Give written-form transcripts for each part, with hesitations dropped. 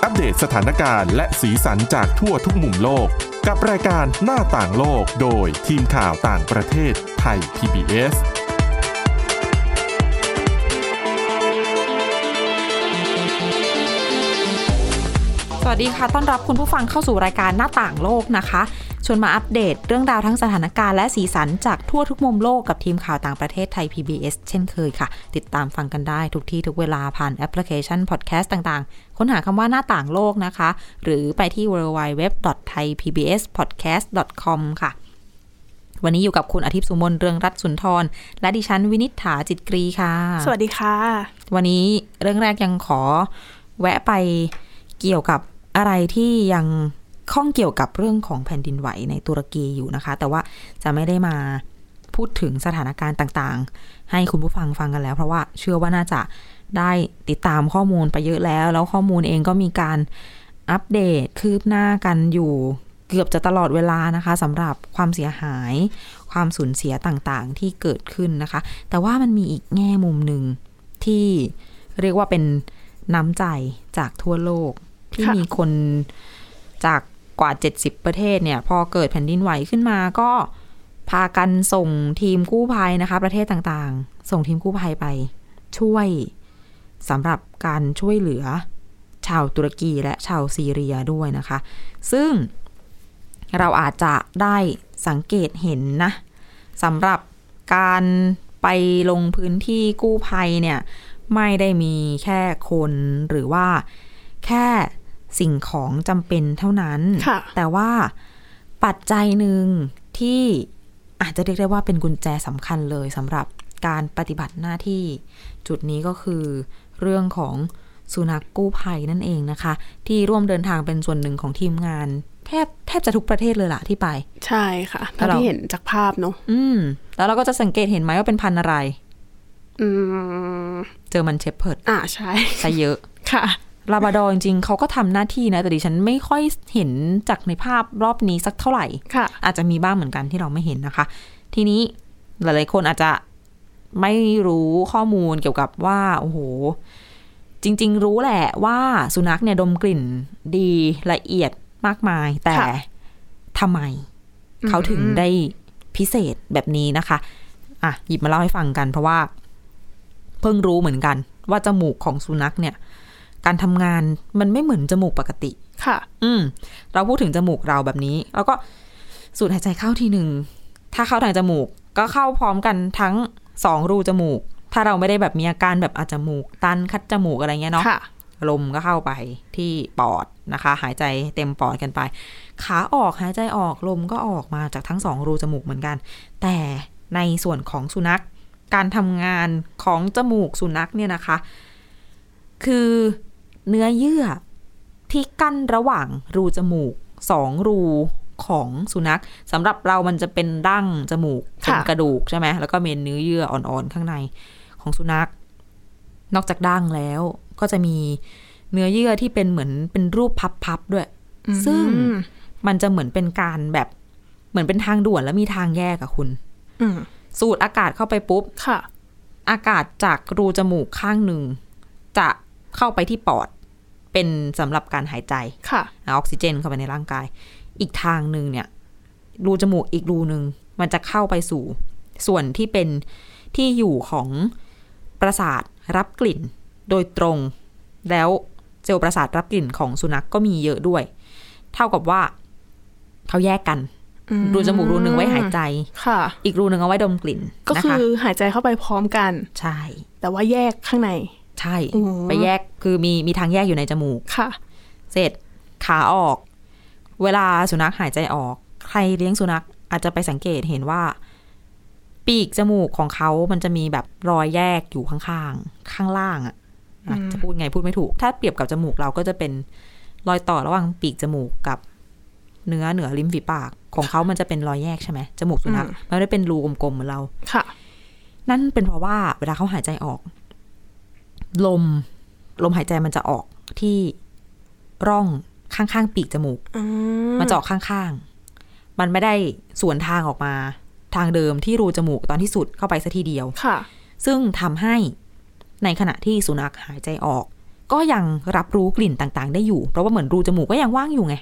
อัปเดตสถานการณ์และสีสันจากทั่วทุกมุมโลกกับรายการหน้าต่างโลกโดยทีมข่าวต่างประเทศไทย PBS สวัสดีค่ะต้อนรับคุณผู้ฟังเข้าสู่รายการหน้าต่างโลกนะคะชวนมาอัปเดตเรื่องราวทั้งสถานการณ์และสีสันจากทั่วทุกมุมโลกกับทีมข่าวต่างประเทศไทย PBS เช่นเคยค่ะติดตามฟังกันได้ทุกที่ทุกเวลาผ่านแอปพลิเคชันพอดแคสต์ต่างๆค้นหาคำว่าหน้าต่างโลกนะคะหรือไปที่ www.thaipbspodcast.com ค่ะวันนี้อยู่กับคุณอาทิตย์สุมนเรืองรัตน์สุนทรและดิฉันวินิษฐาจิตกรีค่ะสวัสดีค่ะวันนี้เรื่องแรกยังขอแวะไปเกี่ยวกับอะไรที่ยังข้องเกี่ยวกับเรื่องของแผ่นดินไหวในตุรกีอยู่นะคะแต่ว่าจะไม่ได้มาพูดถึงสถานการณ์ต่างๆให้คุณผู้ฟังฟังกันแล้วเพราะว่าเชื่อว่าน่าจะได้ติดตามข้อมูลไปเยอะแล้วข้อมูลเองก็มีการอัปเดตคืบหน้ากันอยู่เกือบจะตลอดเวลานะคะสำหรับความเสียหายความสูญเสียต่างๆที่เกิดขึ้นนะคะแต่ว่ามันมีอีกแง่มุมหนึ่งที่เรียกว่าเป็นน้ำใจจากทั่วโลกที่มีคนจากกว่า70ประเทศเนี่ยพอเกิดแผ่นดินไหวขึ้นมาก็พากันส่งทีมกู้ภัยนะคะประเทศต่างๆส่งทีมกู้ภัยไปช่วยสำหรับการช่วยเหลือชาวตุรกีและชาวซีเรียด้วยนะคะซึ่งเราอาจจะได้สังเกตเห็นนะสำหรับการไปลงพื้นที่กู้ภัยเนี่ยไม่ได้มีแค่คนหรือว่าแค่สิ่งของจำเป็นเท่านั้นแต่ว่าปัจจัยหนึ่งที่อาจจะเรียกได้ว่าเป็นกุญแจสำคัญเลยสำหรับการปฏิบัติหน้าที่จุดนี้ก็คือเรื่องของสุนัขกู้ภัยนั่นเองนะคะที่ร่วมเดินทางเป็นส่วนหนึ่งของทีมงานแทบจะทุกประเทศเลยล่ะที่ไปใช่ค่ะเท่าที่เห็นจากภาพเนาะแล้วเราก็จะสังเกตเห็นไหมว่าเป็นพันธุ์อะไรเจอมันเชพเพิร์ดใช่ใช่เยอะค่ะลาบราดอร์จริงๆเขาก็ทำหน้าที่นะแต่ดิฉันไม่ค่อยเห็นจากในภาพรอบนี้สักเท่าไหร่อาจจะมีบ้างเหมือนกันที่เราไม่เห็นนะคะทีนี้หลายๆคนอาจจะไม่รู้ข้อมูลเกี่ยวกับว่าโอ้โหจริงๆรู้แหละว่าสุนัขเนี่ยดมกลิ่นดีละเอียดมากมายแต่ทำไมเขาถึงได้พิเศษแบบนี้นะคะหยิบมาเล่าให้ฟังกันเพราะว่าเพิ่งรู้เหมือนกันว่าจมูกของสุนัขเนี่ยการทำงานมันไม่เหมือนจมูกปกติค่ะเราพูดถึงจมูกเราแบบนี้แล้วก็สูดหายใจเข้าทีหนึ่งถ้าเข้าทางจมูกก็เข้าพร้อมกันทั้ง2รูจมูกถ้าเราไม่ได้แบบมีอาการแบบจมูกตันคัดจมูกอะไรเงี้ยเนาะลมก็เข้าไปที่ปอดนะคะหายใจเต็มปอดกันไปขาออกหายใจออกลมก็ออกมาจากทั้ง2รูจมูกเหมือนกันแต่ในส่วนของสุนัขการทำงานของจมูกสุนัขเนี่ยนะคะคือเนื้อเยื่อที่กั้นระหว่างรูจมูก2รูของสุนัขสำหรับเรามันจะเป็นดั้งจมูกเป็นกระดูกใช่ไหมแล้วก็มีเนื้อเยื่ออ่อนๆข้างในของสุนัขนอกจากดั้งแล้วก็จะมีเนื้อเยื่อที่เป็นเหมือนเป็นรูปพับๆด้วยซึ่งมันจะเหมือนเป็นการแบบเหมือนเป็นทางด่วนแล้วมีทางแยกอะคุณสูดอากาศเข้าไปปุ๊บอากาศจากรูจมูกข้างหนึ่งจะเข้าไปที่ปอดเป็นสำหรับการหายใจออกซิเจนเข้าไปในร่างกายอีกทางหนึ่งเนี่ยรูจมูกอีกรูหนึ่งมันจะเข้าไปสู่ส่วนที่เป็นที่อยู่ของประสาทรับกลิ่นโดยตรงแล้วเซลล์ประสาทรับกลิ่นของสุนัข ก็มีเยอะด้วยเท่ากับว่าเขาแยกกันรูจมูกรูนึงไว้หายใจอีกรูนึงเอาไว้ดมกลิ่นก็คือหายใจเข้าไปพร้อมกันใช่แต่ว่าแยกข้างในใช่ไปแยกคือมีทางแยกอยู่ในจมูกค่ะเสร็จขาออกเวลาสุนัขหายใจออกใครเลี้ยงสุนัขอาจจะไปสังเกตเห็นว่าปีกจมูกของเขามันจะมีแบบรอยแยกอยู่ข้างๆข้างล่างจะพูดไงพูดไม่ถูกถ้าเปรียบกับจมูกเราก็จะเป็นรอยต่อระหว่างปีกจมูกกับเนื้อเหนือริมฝีปากของเขามันจะเป็นรอยแยกใช่ไหมจมูกสุนัขมันไม่ได้เป็นรูกลมๆเหมือนเราค่ะนั่นเป็นเพราะว่าเวลาเขาหายใจออกลมหายใจมันจะออกที่ร่องข้างๆปีกจมูกมันจะออกข้างๆมันไม่ได้สวนทางออกมาทางเดิมที่รูจมูกตอนที่สุดเข้าไปซะทีเดียวค่ะซึ่งทำให้ในขณะที่สุนัขหายใจออกก็ยังรับรู้กลิ่นต่างๆได้อยู่เพราะว่าเหมือนรูจมูกก็ยังว่างอยู่ไง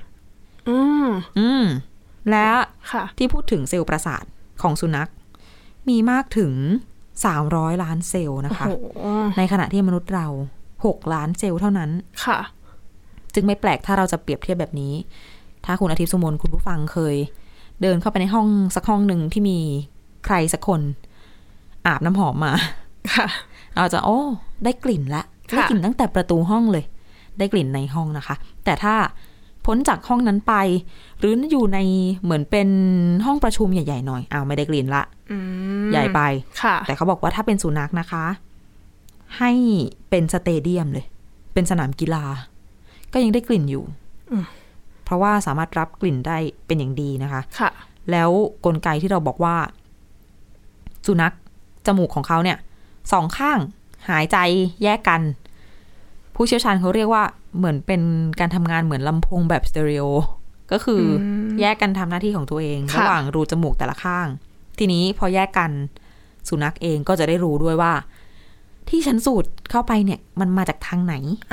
และที่พูดถึงเซลล์ประสาทของสุนัขมีมากถึง300 ล้านเซลล์นะคะในขณะที่มนุษย์เรา6 ล้านเซลล์เท่านั้นค่ะจึงไม่แปลกถ้าเราจะเปรียบเทียบแบบนี้ถ้าคุณอาทิตย์สุมนคุณผู้ฟังเคยเดินเข้าไปในห้องสักห้องหนึ่งที่มีใครสักคนอาบน้ำหอมมาเราจะได้กลิ่นละได้กลิ่นตั้งแต่ประตูห้องเลยได้กลิ่นในห้องนะคะแต่ถ้าพ้นจากห้องนั้นไปหรืออยู่ในเหมือนเป็นห้องประชุมใหญ่ๆหน่อยไม่ได้กลิ่นละใหญ่ไปแต่เขาบอกว่าถ้าเป็นสุนัขนะคะให้เป็นสเตเดียมเลยเป็นสนามกีฬาก็ยังได้กลิ่นอยู่เพราะว่าสามารถรับกลิ่นได้เป็นอย่างดีนะคะแล้วกลไกที่เราบอกว่าสุนัขจมูกของเขาเนี่ย2 ข้างหายใจแยกกันผู้เชี่ยวชาญเขาเรียกว่าเหมือนเป็นการทำงานเหมือนลำโพงแบบสเตอริโอก็คือแยกกันทำหน้าที่ของตัวเองระหว่างรูจมูกแต่ละข้างทีนี้พอแยกกันสุนัขเองก็จะได้รู้ด้วยว่าที่ฉันสูดเข้าไปเนี่ยมันมาจากทางไหน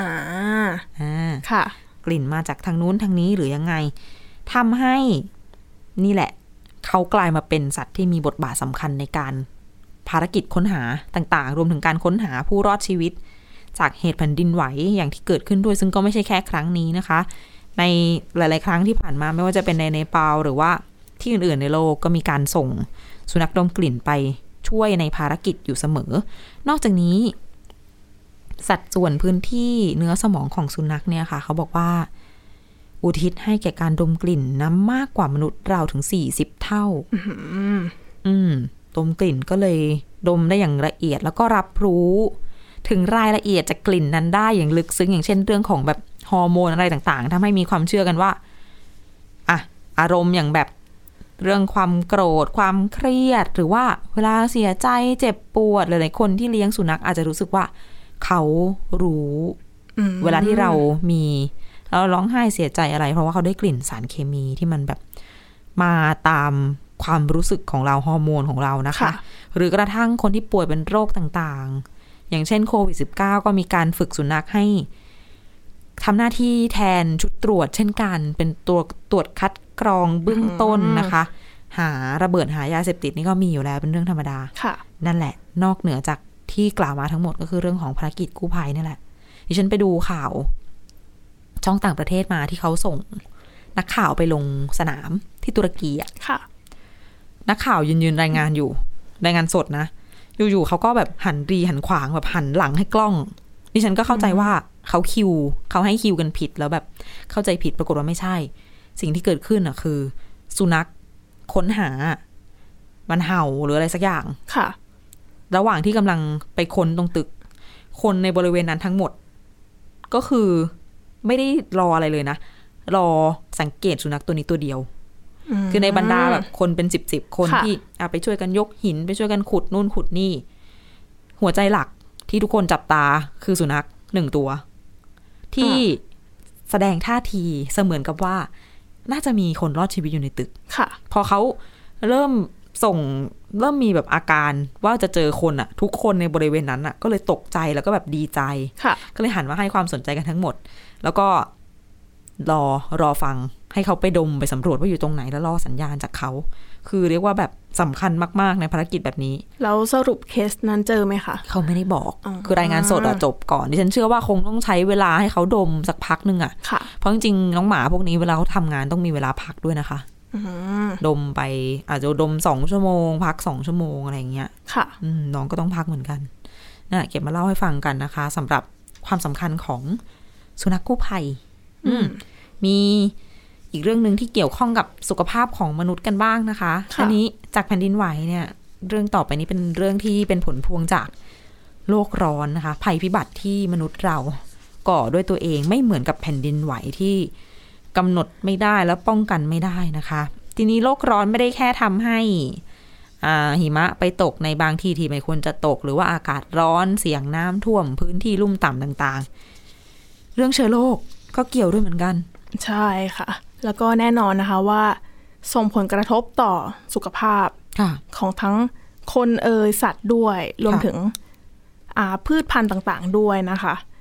ค่ะกลิ่นมาจากทางนู้นทางนี้หรือยังไงทำให้นี่แหละเขากลายมาเป็นสัตว์ที่มีบทบาทสำคัญในการภารกิจค้นหาต่างๆรวมถึงการค้นหาผู้รอดชีวิตจากเหตุแผ่นดินไหวอย่างที่เกิดขึ้นด้วยซึ่งก็ไม่ใช่แค่ครั้งนี้นะคะในหลายๆครั้งที่ผ่านมาไม่ว่าจะเป็นในเนปาลหรือว่าที่อื่นๆในโลกก็มีการส่งสุนัขดมกลิ่นไปช่วยในภารกิจอยู่เสมอนอกจากนี้สัดส่วนพื้นที่เนื้อสมองของสุนัขเนี่ยค่ะเขาบอกว่าอุทิศให้แก่การดมกลิ่นน้ำมากกว่ามนุษย์เราถึง40 เท่าดมกลิ่นก็เลยดมได้อย่างละเอียดแล้วก็รับรู้ถึงรายละเอียดจากกลิ่นนั้นได้อย่างลึกซึ้งอย่างเช่นเรื่องของแบบฮอร์โมนอะไรต่างๆทำให้มีความเชื่อกันว่าอารมณ์อย่างแบบเรื่องความโกรธความเครียดหรือว่าเวลาเสียใจเจ็บปวดหลายๆคนที่เลี้ยงสุนัขอาจจะรู้สึกว่าเขารู้เวลาที่เราร้องไห้เสียใจอะไรเพราะว่าเขาได้กลิ่นสารเคมีที่มันแบบมาตามความรู้สึกของเราฮอร์โมนของเรานะคะหรือกระทั่งคนที่ป่วยเป็นโรคต่างๆอย่างเช่นโควิด -19 ก็มีการฝึกสุนัขให้ทำหน้าที่แทนชุดตรวจเช่นกันเป็นตัวตรวจคัดกรองเบื้องต้นนะคะหาระเบิดหายาเสพติดนี่ก็มีอยู่แล้วเป็นเรื่องธรรมดานั่นแหละนอกเหนือจากที่กล่าวมาทั้งหมดก็คือเรื่องของภารกิจกู้ภัยนี่แหละดิฉันไปดูข่าวช่องต่างประเทศมาที่เขาส่งนักข่าวไปลงสนามที่ตุรกีนักข่าวยืนรายงานอยู่รายงานสดนะอยู่ๆเขาก็แบบหันขวางแบบหันหลังให้กล้องดิฉันก็เข้าใจว่าเขาให้คิวกันผิดแล้วแบบเข้าใจผิดปรากฏว่าไม่ใช่สิ่งที่เกิดขึ้นคือสุนัขค้นหามันเห่าหรืออะไรสักอย่างค่ะระหว่างที่กำลังไปค้นตรงตึกคนในบริเวณนั้นทั้งหมดก็คือไม่ได้รออะไรเลยนะรอสังเกตสุนัขตัวนี้ตัวเดียวคือในบรรดาแบบคนเป็น10คนที่ไปช่วยกันยกหินไปช่วยกันขุดนู่นขุดนี่หัวใจหลักที่ทุกคนจับตาคือสุนัข1 ตัวที่แสดงท่าทีเสมือนกับว่าน่าจะมีคนรอดชีวิตอยู่ในตึกพอเขาเริ่มมีแบบอาการว่าจะเจอคนอ่ะทุกคนในบริเวณนั้นอ่ะก็เลยตกใจแล้วก็แบบดีใจก็เลยหันมาให้ความสนใจกันทั้งหมดแล้วก็รอฟังให้เขาไปดมไปสำรวจว่าอยู่ตรงไหนแล้วรอสัญญาณจากเขาคือเรียกว่าแบบสำคัญมากๆในภารกิจแบบนี้แล้วสรุปเคสนั้นเจอไหมคะเขาไม่ได้บอกคือรายงานสดจบก่อนดิฉันเชื่อว่าคงต้องใช้เวลาให้เขาดมสักพักนึงอ่ะเพราะจริงๆน้องหมาพวกนี้เวลาเขาทำงานต้องมีเวลาพักด้วยนะคะดมไปอาจจะดม2 ชั่วโมงพัก2 ชั่วโมงอะไรอย่างเงี้ยค่ะน้องก็ต้องพักเหมือนกันนั่นแหละเก็บมาเล่าให้ฟังกันนะคะสำหรับความสำคัญของสุนัขกู้ภัยมีอีกเรื่องนึงที่เกี่ยวข้องกับสุขภาพของมนุษย์กันบ้างนะคะอันนี้จากแผ่นดินไหวเนี่ยเรื่องต่อไปนี้เป็นเรื่องที่เป็นผลพวงจากโลกร้อนนะคะภัยพิบัติที่มนุษย์เราก่อด้วยตัวเองไม่เหมือนกับแผ่นดินไหวที่กำหนดไม่ได้แล้วป้องกันไม่ได้นะคะทีนี้โลกร้อนไม่ได้แค่ทำให้หิมะไปตกในบางที่ไม่ควรจะตกหรือว่าอากาศร้อนเสี่ยงน้ำท่วมพื้นที่ลุ่มต่ำต่างๆเรื่องเชื้อโรคก็เกี่ยวด้วยเหมือนกันใช่ค่ะแล้วก็แน่นอนนะคะว่าส่งผลกระทบต่อสุขภาพของทั้งคนสัตว์ด้วยรวมถึงพืชพันธุ์ต่างๆด้วยนะคะ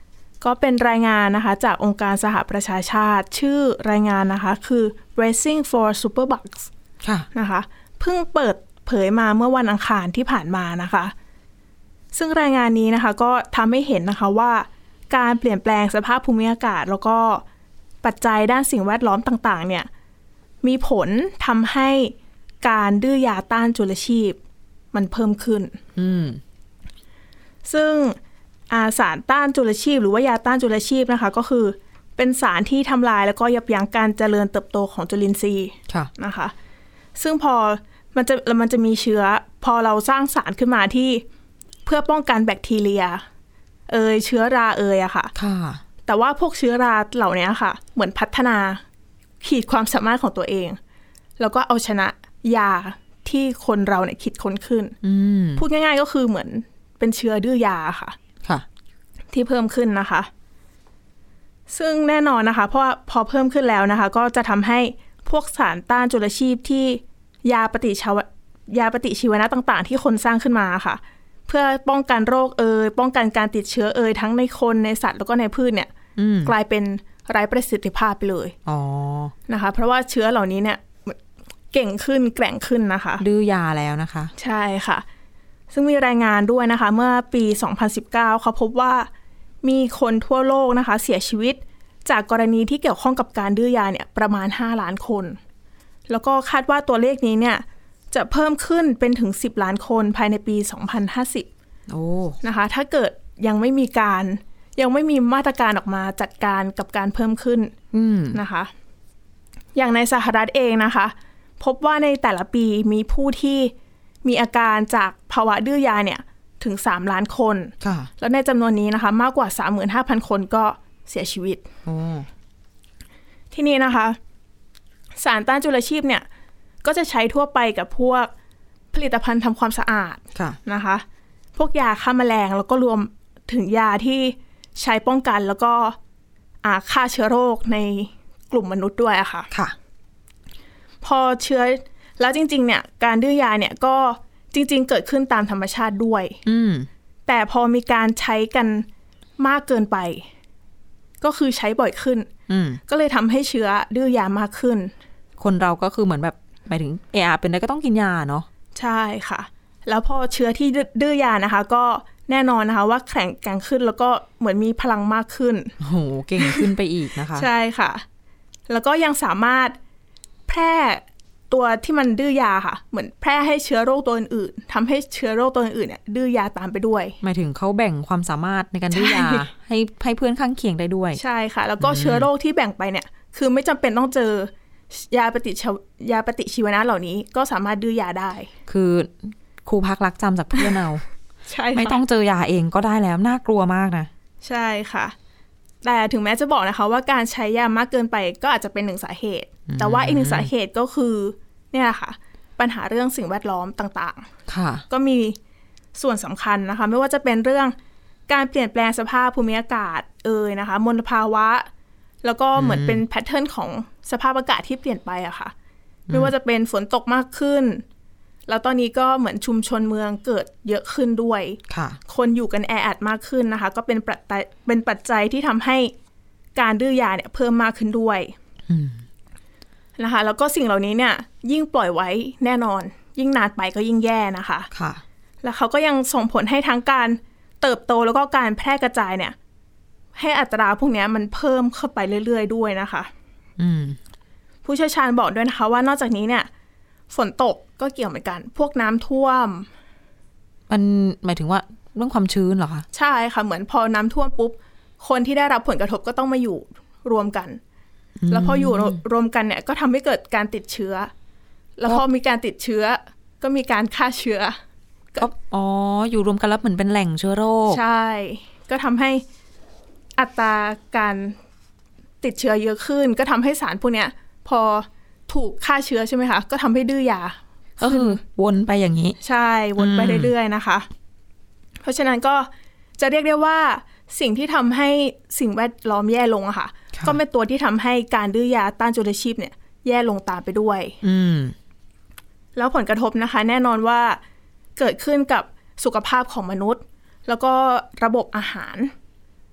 ก็เป็นรายงานนะคะจากองค์การสหประชาชาติชื่อรายงานนะคะคือ Racing for Superbugs นะคะเพิ่งเปิดเผยมาเมื่อวันอังคารที่ผ่านมานะคะซึ่งรายงานนี้นะคะก็ทำให้เห็นนะคะว่าการเปลี่ยนแปลงสภาพภูมิอากาศแล้วก็ปัจจัยด้านสิ่งแวดล้อมต่างๆเนี่ยมีผลทำให้การดื้อยาต้านจุลชีพมันเพิ่มขึ้นซึ่งสารต้านจุลชีพหรือว่ายาต้านจุลชีพนะคะก็คือเป็นสารที่ทำลายแล้วก็ยับยั้งการเจริญเติบโตของจุลินทรีย์นะคะซึ่งพอมันจะมีเชื้อพอเราสร้างสารขึ้นมาที่เพื่อป้องกันแบคทีเรียเชื้อราอะค่ะแต่ว่าพวกเชื้อราเหล่านี้ค่ะเหมือนพัฒนาขีดความสามารถของตัวเองแล้วก็เอาชนะยาที่คนเราเนี่ยคิดค้นขึ้นพูดง่ายๆก็คือเหมือนเป็นเชื้อดื้อยาค่ะที่เพิ่มขึ้นนะคะซึ่งแน่นอนนะคะเพราะพอเพิ่มขึ้นแล้วนะคะก็จะทำให้พวกสารต้านจุลชีพที่ยาปฏิชีวนะต่างๆที่คนสร้างขึ้นมาค่ะเพื่อป้องกันโรคป้องกันการติดเชื้อทั้งในคนในสัตว์แล้วก็ในพืชเนี่ยกลายเป็นไร้ประสิทธิภาพไปเลยนะคะเพราะว่าเชื้อเหล่านี้เนี่ยเก่งขึ้นแกร่งขึ้นนะคะดื้อยาแล้วนะคะใช่ค่ะซึ่งมีรายงานด้วยนะคะเมื่อปี 2019 เขาพบว่ามีคนทั่วโลกนะคะเสียชีวิตจากกรณีที่เกี่ยวข้องกับการดื้อยาเนี่ยประมาณ5ล้านคนแล้วก็คาดว่าตัวเลขนี้เนี่ยจะเพิ่มขึ้นเป็นถึง10ล้านคนภายในปี2050นะคะถ้าเกิดยังไม่มีมาตรการออกมาจัดการกับการเพิ่มขึ้นนะคะอย่างในสหรัฐเองนะคะพบว่าในแต่ละปีมีผู้ที่มีอาการจากภาวะดื้อยาเนี่ยถึง3ล้านคนแล้วในจำนวนนี้นะคะมากกว่า 35,000 คนก็เสียชีวิตที่นี่นะคะสารต้านจุลชีพเนี่ยก็จะใช้ทั่วไปกับพวกผลิตภัณฑ์ทำความสะอาดนะคะพวกยาฆ่าแมลงแล้วก็รวมถึงยาที่ใช้ป้องกันแล้วก็ฆ่าเชื้อโรคในกลุ่มมนุษย์ด้วยอะค่ะพอเชื้อแล้วจริงๆเนี่ยการดื้อยาเนี่ยก็จริงๆเกิดขึ้นตามธรรมชาติด้วยแต่พอมีการใช้กันมากเกินไปก็คือใช้บ่อยขึ้นก็เลยทำให้เชื้อดื้อยามากขึ้นคนเราก็คือเหมือนแบบหมายถึงเป็นอะไรก็ต้องกินยาเนาะใช่ค่ะแล้วพอเชื้อที่ดื้อยานะคะก็แน่นอนนะคะว่าแข็งแกร่งขึ้นแล้วก็เหมือนมีพลังมากขึ้นโอ้โหเก่งขึ้นไปอีกนะคะใช่ค่ะแล้วก็ยังสามารถแพร่ตัวที่มันดื้อยาค่ะเหมือนแพร่ให้เชื้อโรคตัวอื่นๆทำให้เชื้อโรคตัวอื่นๆเนี่ยดื้อยาตามไปด้วยหมายถึงเขาแบ่งความสามารถในการดื้อยาให้เพื่อนข้างเคียงได้ด้วยใช่ค่ะแล้วก็เชื้อโรคที่แบ่งไปเนี่ยคือไม่จำเป็นต้องเจอยาปฏิชีวนะเหล่านี้ก็สามารถดื้อยาได้คือครูพักรักจำจากเพื่อนเอาใช่ไม่ต้องเจอยาเองก็ได้แล้วน่ากลัวมากนะใช่ค่ะแต่ถึงแม้จะบอกนะคะว่าการใช้ยามากเกินไปก็อาจจะเป็นหนึ่งสาเหตุแต่ว่าอีกหนึ่งสาเหตุก็คือเนี่ยค่ะปัญหาเรื่องสิ่งแวดล้อมต่างๆก็มีส่วนสำคัญนะคะไม่ว่าจะเป็นเรื่องการเปลี่ยนแปลงสภาพภูมิอากาศนะคะมลภาวะแล้วก็เหมือนเป็นแพทเทิร์นของสภาพอากาศที่เปลี่ยนไปอะค่ะไม่ว่าจะเป็นฝนตกมากขึ้นแล้วตอนนี้ก็เหมือนชุมชนเมืองเกิดเยอะขึ้นด้วยคนอยู่กันแออัดมากขึ้นนะคะก็เป็นปัจจัยที่ทำให้การดื้อยาเนี่ยเพิ่มมากขึ้นด้วยนะคะแล้วก็สิ่งเหล่านี้เนี่ยยิ่งปล่อยไว้แน่นอนยิ่งนานไปก็ยิ่งแย่นะคะแล้วเขาก็ยังส่งผลให้ทั้งการเติบโตแล้วก็การแพร่กระจายเนี่ยให้อัตราพวกนี้มันเพิ่มเข้าไปเรื่อยๆด้วยนะคะผู้เชี่ยวชาญบอกด้วยนะคะว่านอกจากนี้เนี่ยฝนตกก็เกี่ยวเหมือนกันพวกน้ำท่วมมันหมายถึงว่าเรื่องความชื้นเหรอคะใช่ค่ะเหมือนพอน้ำท่วมปุ๊บคนที่ได้รับผลกระทบก็ต้องมาอยู่รวมกันแล้วพออยู่รวมกันเนี่ยก็ทำให้เกิดการติดเชื้อแล้วพอมีการติดเชื้อก็มีการฆ่าเชื้ออยู่รวมกันแล้วเหมือนเป็นแหล่งเชื้อโรคใช่ก็ทำให้อัตราการติดเชื้อเยอะขึ้นก็ทำให้สารพวกเนี้ยพอถูกฆ่าเชื้อใช่ไหมคะก็ทำให้ดื้อยาก็คือวนไปอย่างนี้ใช่วนไปเรื่อยๆนะคะเพราะฉะนั้นก็จะเรียกได้ว่าสิ่งที่ทำให้สิ่งแวดล้อมแย่ลงอะค่ะก็เป็นตัวที่ทำให้การดื้อยาต้านจุลชีพเนี่ยแย่ลงตามไปด้วยแล้วผลกระทบนะคะแน่นอนว่าเกิดขึ้นกับสุขภาพของมนุษย์แล้วก็ระบบอาหาร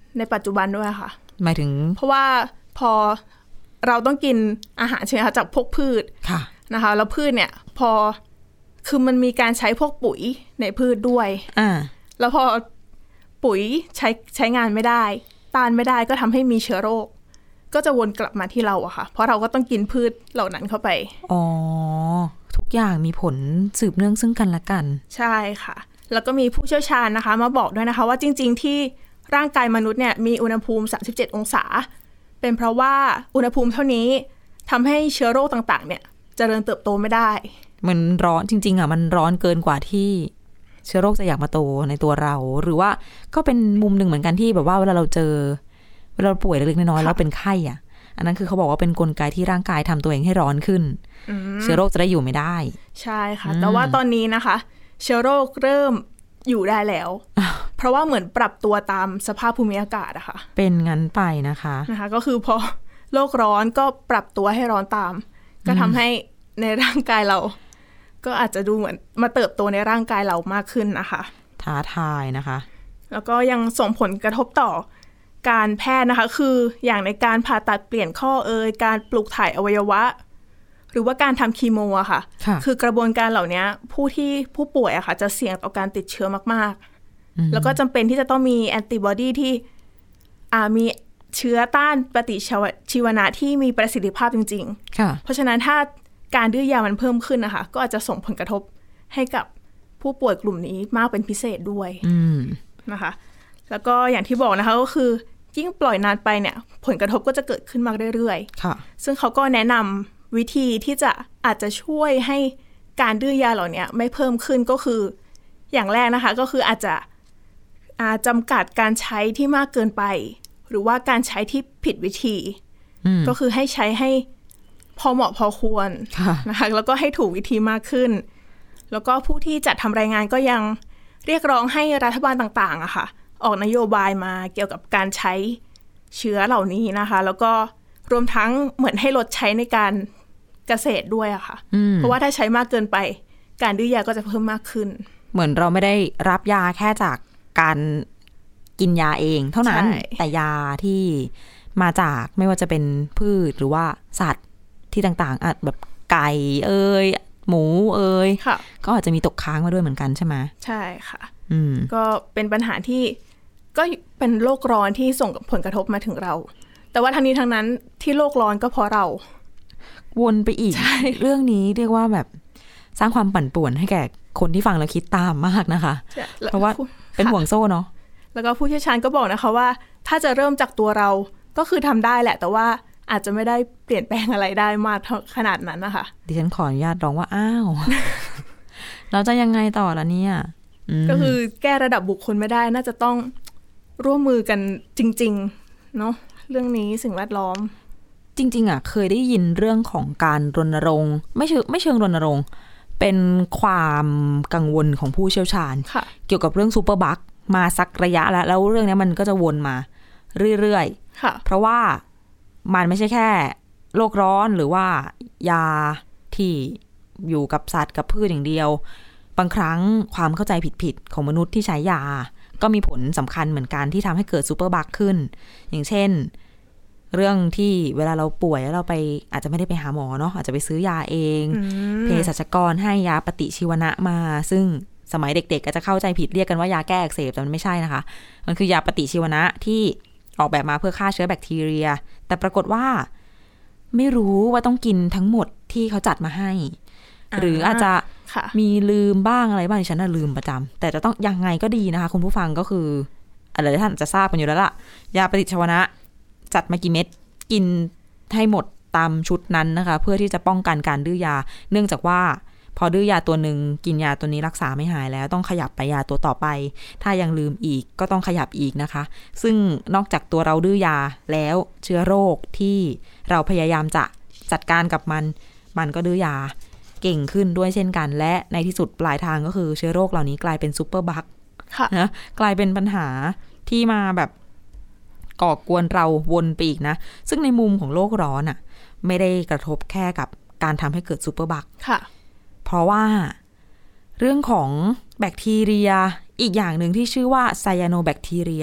ในปัจจุบันด้วยค่ะหมายถึงเพราะว่าพอเราต้องกินอาหารใช่ไหมคะจากพวกพืชนะคะแล้วพืชเนี่ยพอคือมันมีการใช้พวกปุ๋ยในพืชด้วยแล้วพอปุ๋ยใช้งานไม่ได้ต้านไม่ได้ก็ทำให้มีเชื้อโรคก็จะวนกลับมาที่เราอะค่ะเพราะเราก็ต้องกินพืชเหล่านั้นเข้าไปอ๋อทุกอย่างมีผลสืบเนื่องซึ่งกันและกันใช่ค่ะแล้วก็มีผู้เชี่ยวชาญนะคะมาบอกด้วยนะคะว่าจริงๆที่ร่างกายมนุษย์เนี่ยมีอุณหภูมิ37องศาเป็นเพราะว่าอุณหภูมิเท่านี้ทำให้เชื้อโรคต่างๆเนี่ยเจริญเติบโตไม่ได้มันร้อนจริงๆอ่ะมันร้อนเกินกว่าที่เชื้อโรคจะอยากมาโตในตัวเราหรือว่าก็เป็นมุมหนึ่งเหมือนกันที่แบบว่าเวลาเราป่วยเล็กๆน้อยๆแล้วเป็นไข้อ่ะอันนั้นคือเขาบอกว่าเป็นกลไกที่ร่างกายทำตัวเองให้ร้อนขึ้นเชื้อโรคจะได้อยู่ไม่ได้ใช่ค่ะแต่ว่าตอนนี้นะคะเชื้อโรคเริ่มอยู่ได้แล้วเพราะว่าเหมือนปรับตัวตามสภาพภูมิอากาศอะค่ะเป็นงั้นไปนะคะก็คือพอโลกร้อนก็ปรับตัวให้ร้อนตามก็ทำให้ในร่างกายเราก็อาจจะดูเหมือนมาเติบโตในร่างกายเรามากขึ้นนะคะท้าทายนะคะแล้วก็ยังส่งผลกระทบต่อการแพทย์นะคะคืออย่างในการผ่าตัดเปลี่ยนข้อการปลูกถ่ายอวัยวะหรือว่าการทำคีโมอะค่ะคือกระบวนการเหล่านี้ผู้ป่วยอะค่ะจะเสี่ยงต่อการติดเชื้อมากๆแล้วก็จำเป็นที่จะต้องมีแอนติบอดีที่มีเชื้อต้านปฏิชีวนะที่มีประสิทธิภาพจริงๆเพราะฉะนั้นถ้าการดื้อยามันเพิ่มขึ้นนะคะก็อาจจะส่งผลกระทบให้กับผู้ป่วยกลุ่มนี้มากเป็นพิเศษด้วยนะคะแล้วก็อย่างที่บอกนะคะก็คือยิ่งปล่อยนานไปเนี่ยผลกระทบก็จะเกิดขึ้นมากเรื่อยๆซึ่งเขาก็แนะนำวิธีที่จะอาจจะช่วยให้การดื้อยาเหล่านี้ไม่เพิ่มขึ้นก็คืออย่างแรกนะคะก็คืออาจจะจำกัดการใช้ที่มากเกินไปหรือว่าการใช้ที่ผิดวิธีก็คือให้ใช้ให้พอเหมาะพอควรนะคะแล้วก็ให้ถูกวิธีมากขึ้นแล้วก็ผู้ที่จัดทำรายงานก็ยังเรียกร้องให้รัฐบาลต่างๆอะค่ะออกนโยบายมาเกี่ยวกับการใช้เชื้อเหล่านี้นะคะแล้วก็รวมทั้งเหมือนให้ลดใช้ในการเกษตรด้วยอะค่ะเพราะว่าถ้าใช้มากเกินไปการดื้อยาก็จะเพิ่มมากขึ้นเหมือนเราไม่ได้รับยาแค่จากการกินยาเองเท่านั้นแต่ยาที่มาจากไม่ว่าจะเป็นพืชหรือว่าสัตว์ที่ต่างๆอาจแบบไก่หมูก็อาจจะมีตกค้างมาด้วยเหมือนกันใช่ไหมใช่ค่ะก็เป็นปัญหาที่ก็เป็นโลกร้อนที่ส่งผลกระทบมาถึงเราแต่ว่าทั้งนี้ทั้งนั้นที่โลกร้อนก็เพราะเราวนไปอีกเรื่องนี้เรียกว่าแบบสร้างความปั่นป่วนให้แก่คนที่ฟังแล้วคิดตามมากนะคะเพราะว่าเป็นห่วงโซ่เนาะแล้วก็ผู้เชี่ยวชาญก็บอกนะคะว่าถ้าจะเริ่มจากตัวเราก็คือทำได้แหละแต่ว่าอาจจะไม่ได้เปลี่ยนแปลงอะไรได้มากขนาดนั้นนะคะดิฉันขออนุญาตร้องว่าอ้าว เราจะยังไงต่อล่ะเนี่ยก็คือแก้ระดับบุคคลไม่ได้น่าจะต้องร่วมมือกันจริงๆเนาะเรื่องนี้สิ่งแวดล้อมจริงๆเคยได้ยินเรื่องของการรณรงค์ไม่เชิงรณรงค์เป็นความกังวลของผู้เชี่ยวชาญเกี่ยวกับเรื่องซูเปอร์บัคมาสักระยะแล้วเรื่องนี้มันก็จะวนมาเรื่อยๆเพราะว่ามันไม่ใช่แค่โลกร้อนหรือว่ายาที่อยู่กับสัตว์กับพืชอย่างเดียวบางครั้งความเข้าใจผิดๆของมนุษย์ที่ใช้ยาก็มีผลสำคัญเหมือนกันที่ทำให้เกิดซูเปอร์บัคขึ้นอย่างเช่นเรื่องที่เวลาเราป่วยแล้วเราไปอาจจะไม่ได้ไปหาหมอเนาะอาจจะไปซื้อยาเองเภสัชกรให้ยาปฏิชีวนะมาซึ่งสมัยเด็กๆก็จะเข้าใจผิดเรียกกันว่ายาแก้อักเสบแต่มันไม่ใช่นะคะมันคือยาปฏิชีวนะที่ออกแบบมาเพื่อฆ่าเชื้อแบคทีเรียแต่ปรากฏว่าไม่รู้ว่าต้องกินทั้งหมดที่เขาจัดมาให้หรืออาจจะมีลืมบ้างอะไรบ้างฉันน่ะลืมประจำแต่จะต้องยังไงก็ดีนะคะคุณผู้ฟังก็คืออะไรท่านจะทราบกันอยู่แล้วล่ะยาปฏิชีวนะจัดมากี่เม็ดกินให้หมดตามชุดนั้นนะคะเพื่อที่จะป้องกันการดื้อยาเนื่องจากว่าพอดื้อยาตัวหนึ่งกินยาตัวนี้รักษาไม่หายแล้วต้องขยับไปยาตัวต่อไปถ้ายังลืมอีกก็ต้องขยับอีกนะคะซึ่งนอกจากตัวเราดื้อยาแล้วเชื้อโรคที่เราพยายามจะจัดการกับมันก็ดื้อยาเก่งขึ้นด้วยเช่นกันและในที่สุดปลายทางก็คือเชื้อโรคเหล่านี้กลายเป็นซูเปอร์บัคนะกลายเป็นปัญหาที่มาแบบก่อกวนเราวนไปอีกนะซึ่งในมุมของโลกร้อนไม่ได้กระทบแค่กับการทำให้เกิดซูเปอร์บัคเพราะว่าเรื่องของแบคทีเรียอีกอย่างหนึ่งที่ชื่อว่าไซยาโนแบคทีเรีย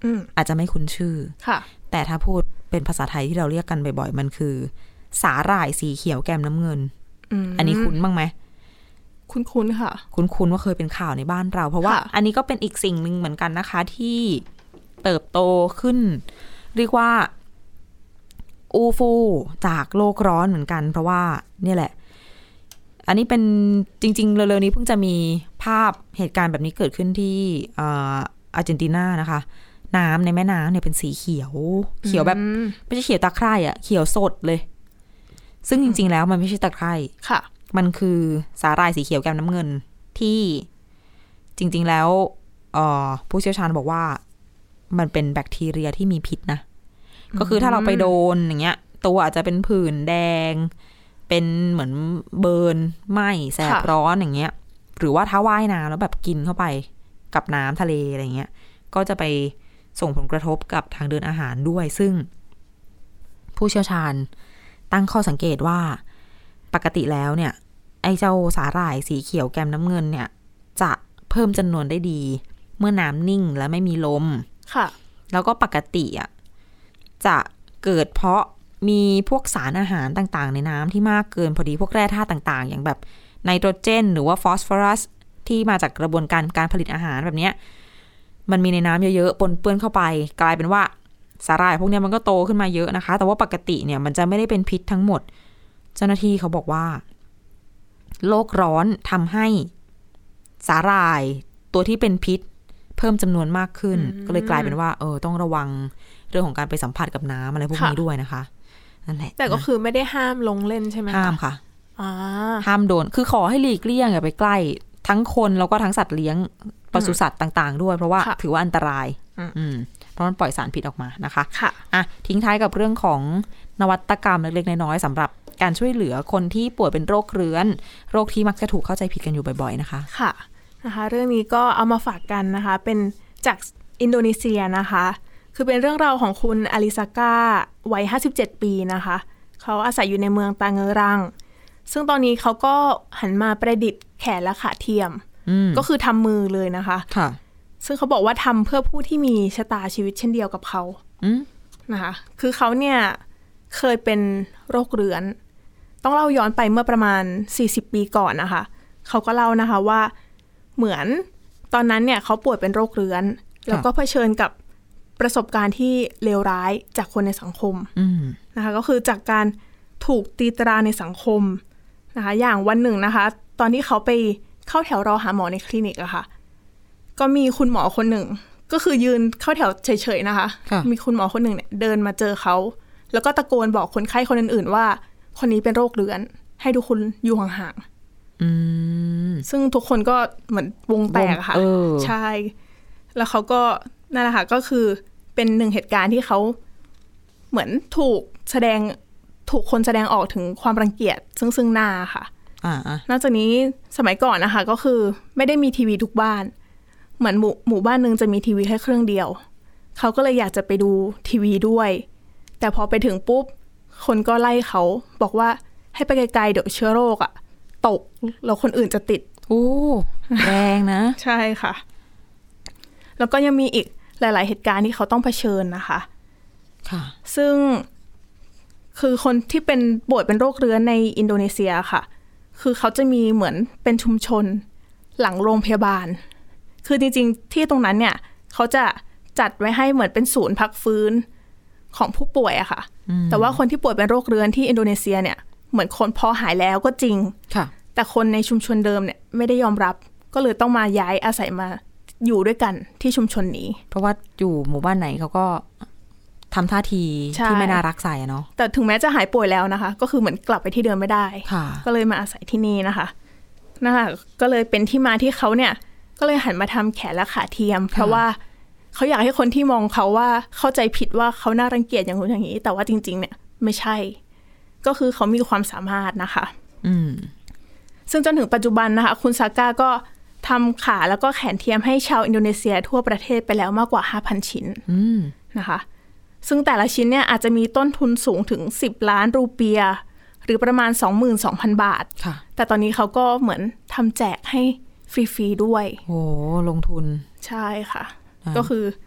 อาจจะไม่คุ้นชื่อค่ะแต่ถ้าพูดเป็นภาษาไทยที่เราเรียกกันบ่อยๆมันคือสาหร่ายสีเขียวแก้มน้ำเงินอันนี้คุ้นบ้างไหมคุ้นค่ะคุ้นว่าเคยเป็นข่าวในบ้านเราเพราะว่าอันนี้ก็เป็นอีกสิ่งหนึ่งเหมือนกันนะคะที่เติบโตขึ้นเรียกว่าอูฟูจากโลกร้อนเหมือนกันเพราะว่าเนี่ยแหละอันนี้เป็นจริงๆเร็วๆนี้เพิ่งจะมีภาพเหตุการณ์แบบนี้เกิดขึ้นที่อาร์เจนตินานะคะน้ำในแม่น้ำเนี่ยเป็นสีเขียวแบบไม่ใช่เขียวตะไคร่อ่ะเขียวสดเลยซึ่งจริงๆแล้วมันไม่ใช่ตะไคร่ค่ะมันคือสาหร่ายสีเขียวแก้มน้ำเงินที่จริงๆแล้วผู้เชี่ยวชาญบอกว่ามันเป็นแบคทีเรียที่มีพิษนะก็คือถ้าเราไปโดนอย่างเงี้ยตัวอาจจะเป็นผื่นแดงเป็นเหมือนเบิร์นไหม้แสบร้อนอย่างเงี้ยหรือว่าถ้าว่ายน้ำแล้วแบบกินเข้าไปกับน้ำทะเลอะไรเงี้ยก็จะไปส่งผลกระทบกับทางเดินอาหารด้วยซึ่งผู้เชี่ยวชาญตั้งข้อสังเกตว่าปกติแล้วเนี่ยไอ้เจ้าสาหร่ายสีเขียวแก้มน้ำเงินเนี่ยจะเพิ่มจำนวนได้ดีเมื่อน้ำนิ่งและไม่มีลมค่ะแล้วก็ปกติอ่ะจะเกิดเพราะมีพวกสารอาหารต่างๆในน้ำที่มากเกินพอดีพวกแร่ธาตุต่างๆอย่างแบบไนโตรเจนหรือว่าฟอสฟอรัสที่มาจากกระบวนการผลิตอาหารแบบเนี้ยมันมีในน้ำเยอะๆปนเปื้อนเข้าไปกลายเป็นว่าสาหร่ายพวกนี้มันก็โตขึ้นมาเยอะนะคะแต่ว่าปกติเนี่ยมันจะไม่ได้เป็นพิษทั้งหมดเจ้าหน้าที่เขาบอกว่าโลกร้อนทำให้สาหร่ายตัวที่เป็นพิษเพิ่มจำนวนมากขึ้นก็เลยกลายเป็นว่าต้องระวังเรื่องของการไปสัมผัสกับน้ำอะไรพวกนี้ด้วยนะคะนั่นแหละแต่ก็คือไม่ได้ห้ามลงเล่นใช่ไหมห้ามค่ะห้ามโดนคือขอให้หลีกเลี่ยงอย่าไปใกล้ทั้งคนแล้วก็ทั้งสัตว์เลี้ยงปศุสัตว์ต่างๆด้วยเพราะว่าถือว่าอันตรายเพราะมันปล่อยสารพิษออกมานะคะทิ้งท้ายกับเรื่องของนวัตกรรมเล็กๆน้อยๆสำหรับการช่วยเหลือคนที่ป่วยเป็นโรคเรื้อนโรคที่มักจะถูกเข้าใจผิดกันอยู่บ่อยๆนะคะค่ะนะคะเรื่องนี้ก็เอามาฝากกันนะคะเป็นจากอินโดนีเซียนะคะคือเป็นเรื่องราวของคุณอลิซาก้าวัย57ปีนะคะเขาอาศัยอยู่ในเมืองตาเงรังซึ่งตอนนี้เขาก็หันมาประดิษฐ์แขนและขาเทียมก็คือทำมือเลยนะคะค่ะซึ่งเขาบอกว่าทำเพื่อผู้ที่มีชะตาชีวิตเช่นเดียวกับเขานะคะคือเขาเนี่ยเคยเป็นโรคเรื้อนต้องเล่าย้อนไปเมื่อประมาณ40ปีก่อนนะคะเขาก็เล่านะคะว่าเหมือนตอนนั้นเนี่ยเขาป่วยเป็นโรคเรื้อนแล้วก็เผชิญกับประสบการณ์ที่เลวร้ายจากคนในสังคมนะคะก็คือจากการถูกตีตราในสังคมนะคะอย่างวันหนึ่งนะคะตอนที่เขาไปเข้าแถวรอหาหมอในคลินิกอะค่ะก็มีคุณหมอคนหนึ่งก็คือยืนเข้าแถวเฉยๆนะคะมีคุณหมอคนหนึ่งเนี่ยเดินมาเจอเขาแล้วก็ตะโกนบอกคนไข้คนอื่นๆว่าคนนี้เป็นโรคเรื้อนให้ทุกคนอยู่ห่างๆซึ่งทุกคนก็เหมือนวงแตกค่ะใช่แล้วเขาก็นั่นแหละค่ะก็คือเป็นหนึ่งเหตุการณ์ที่เขาเหมือนถูกคนแสดงออกถึงความรังเกียจซึ่งหน้าค่ะนอกจากนี้สมัยก่อนนะคะก็คือไม่ได้มีทีวีทุกบ้านเหมือนหมู่บ้านนึงจะมีทีวีแค่เครื่องเดียวเขาก็เลยอยากจะไปดูทีวีด้วยแต่พอไปถึงปุ๊บคนก็ไล่เขาบอกว่าให้ไปไกลๆเดี๋ยวเชื้อโรคอะตกแล้วคนอื่นจะติดโอ้แรงนะใช่ค่ะแล้วก็ยังมีอีกหลายๆเหตุการณ์ที่เขาต้องเผชิญนะคะค่ะซึ่งคือคนที่เป็นป่วยเป็นโรคเรื้อนในอินโดนีเซียค่ะคือเขาจะมีเหมือนเป็นชุมชนหลังโรงพยาบาลคือจริงๆที่ตรงนั้นเนี่ยเขาจะจัดไว้ให้เหมือนเป็นศูนย์พักฟื้นของผู้ป่วยอะค่ะแต่ว่าคนที่ป่วยเป็นโรคเรื้อนที่อินโดนีเซียเนี่ยเหมือนคนพอหายแล้วก็จริงแต่คนในชุมชนเดิมเนี่ยไม่ได้ยอมรับก็เลยต้องมาย้ายอาศัยมาอยู่ด้วยกันที่ชุมชนนี้เพราะว่าอยู่หมู่บ้านไหนเขาก็ทำท่าทีที่ไม่น่ารักใส่เนาะแต่ถึงแม้จะหายป่วยแล้วนะคะก็คือเหมือนกลับไปที่เดิมไม่ได้ก็เลยมาอาศัยที่นี่นะคะก็เลยเป็นที่มาที่เขาเนี่ยก็เลยหันมาทำแขนและขาเทียมเพราะว่าเขาอยากให้คนที่มองเขาว่าเข้าใจผิดว่าเขาน่ารังเกียจอย่างนู้นอย่างนี้แต่ว่าจริงๆเนี่ยไม่ใช่ก็คือเขามีความสามารถนะคะซึ่งจนถึงปัจจุบันนะคะคุณซาก้าก็ทำขาแล้วก็แขนเทียมให้ชาวอินโดนีเซียทั่วประเทศไปแล้วมากกว่า 5,000 ชิ้นนะคะซึ่งแต่ละชิ้นเนี่ยอาจจะมีต้นทุนสูงถึง10 ล้านรูเปียหรือประมาณ 22,000 บาทแต่ตอนนี้เขาก็เหมือนทำแจกให้ฟรีๆด้วยโอ้ลงทุนใช่ค่ะก็คือ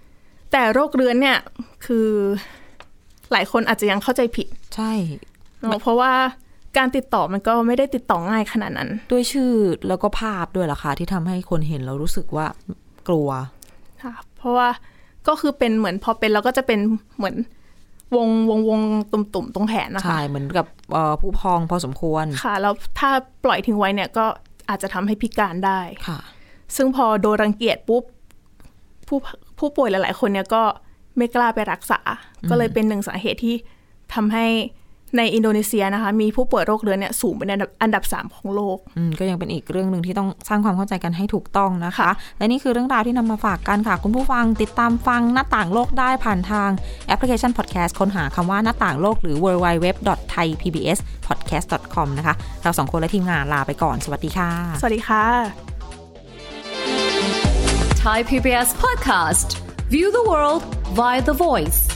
แต่โรคเรื้อนเนี่ยคือหลายคนอาจจะยังเข้าใจผิดใช่เพราะว่าการติดต่อมันก็ไม่ได้ติดต่อง่ายขนาดนั้นด้วยชื่อแล้วก็ภาพด้วยล่ะค่ะที่ทำให้คนเห็นแล้วรู้สึกว่ากลัวค่ะเพราะว่าก็คือเป็นเหมือนพอเป็นแล้วก็จะเป็นเหมือนวงตุ่มๆตรงแขนนะคะใช่เหมือนกับผู้พองพอสมควรค่ะแล้วถ้าปล่อยทิ้งไว้เนี่ยก็อาจจะทำให้พิการได้ค่ะซึ่งพอโดนรังเกียจปุ๊บผู้ป่วยหลายๆคนเนี่ยก็ไม่กล้าไปรักษาก็เลยเป็นหนึ่งสาเหตุที่ทำให้ในอินโดนีเซียนะคะมีผู้ป่วยโรคเรื้อนเนี่ยสูงเป็นอันดับ3ของโลกก็ยังเป็นอีกเรื่องนึงที่ต้องสร้างความเข้าใจกันให้ถูกต้องนะคะและนี่คือเรื่องราวที่นำมาฝากกันค่ะคุณผู้ฟังติดตามฟังหน้าต่างโลกได้ผ่านทางแอปพลิเคชันพอดแคสต์ค้นหาคำว่าหน้าต่างโลกหรือ www.thaipbspodcast.com นะคะเรา2คนและทีมงานลาไปก่อนสวัสดีค่ะสวัสดีค่ะ Thai PBS Podcast View the world via the voice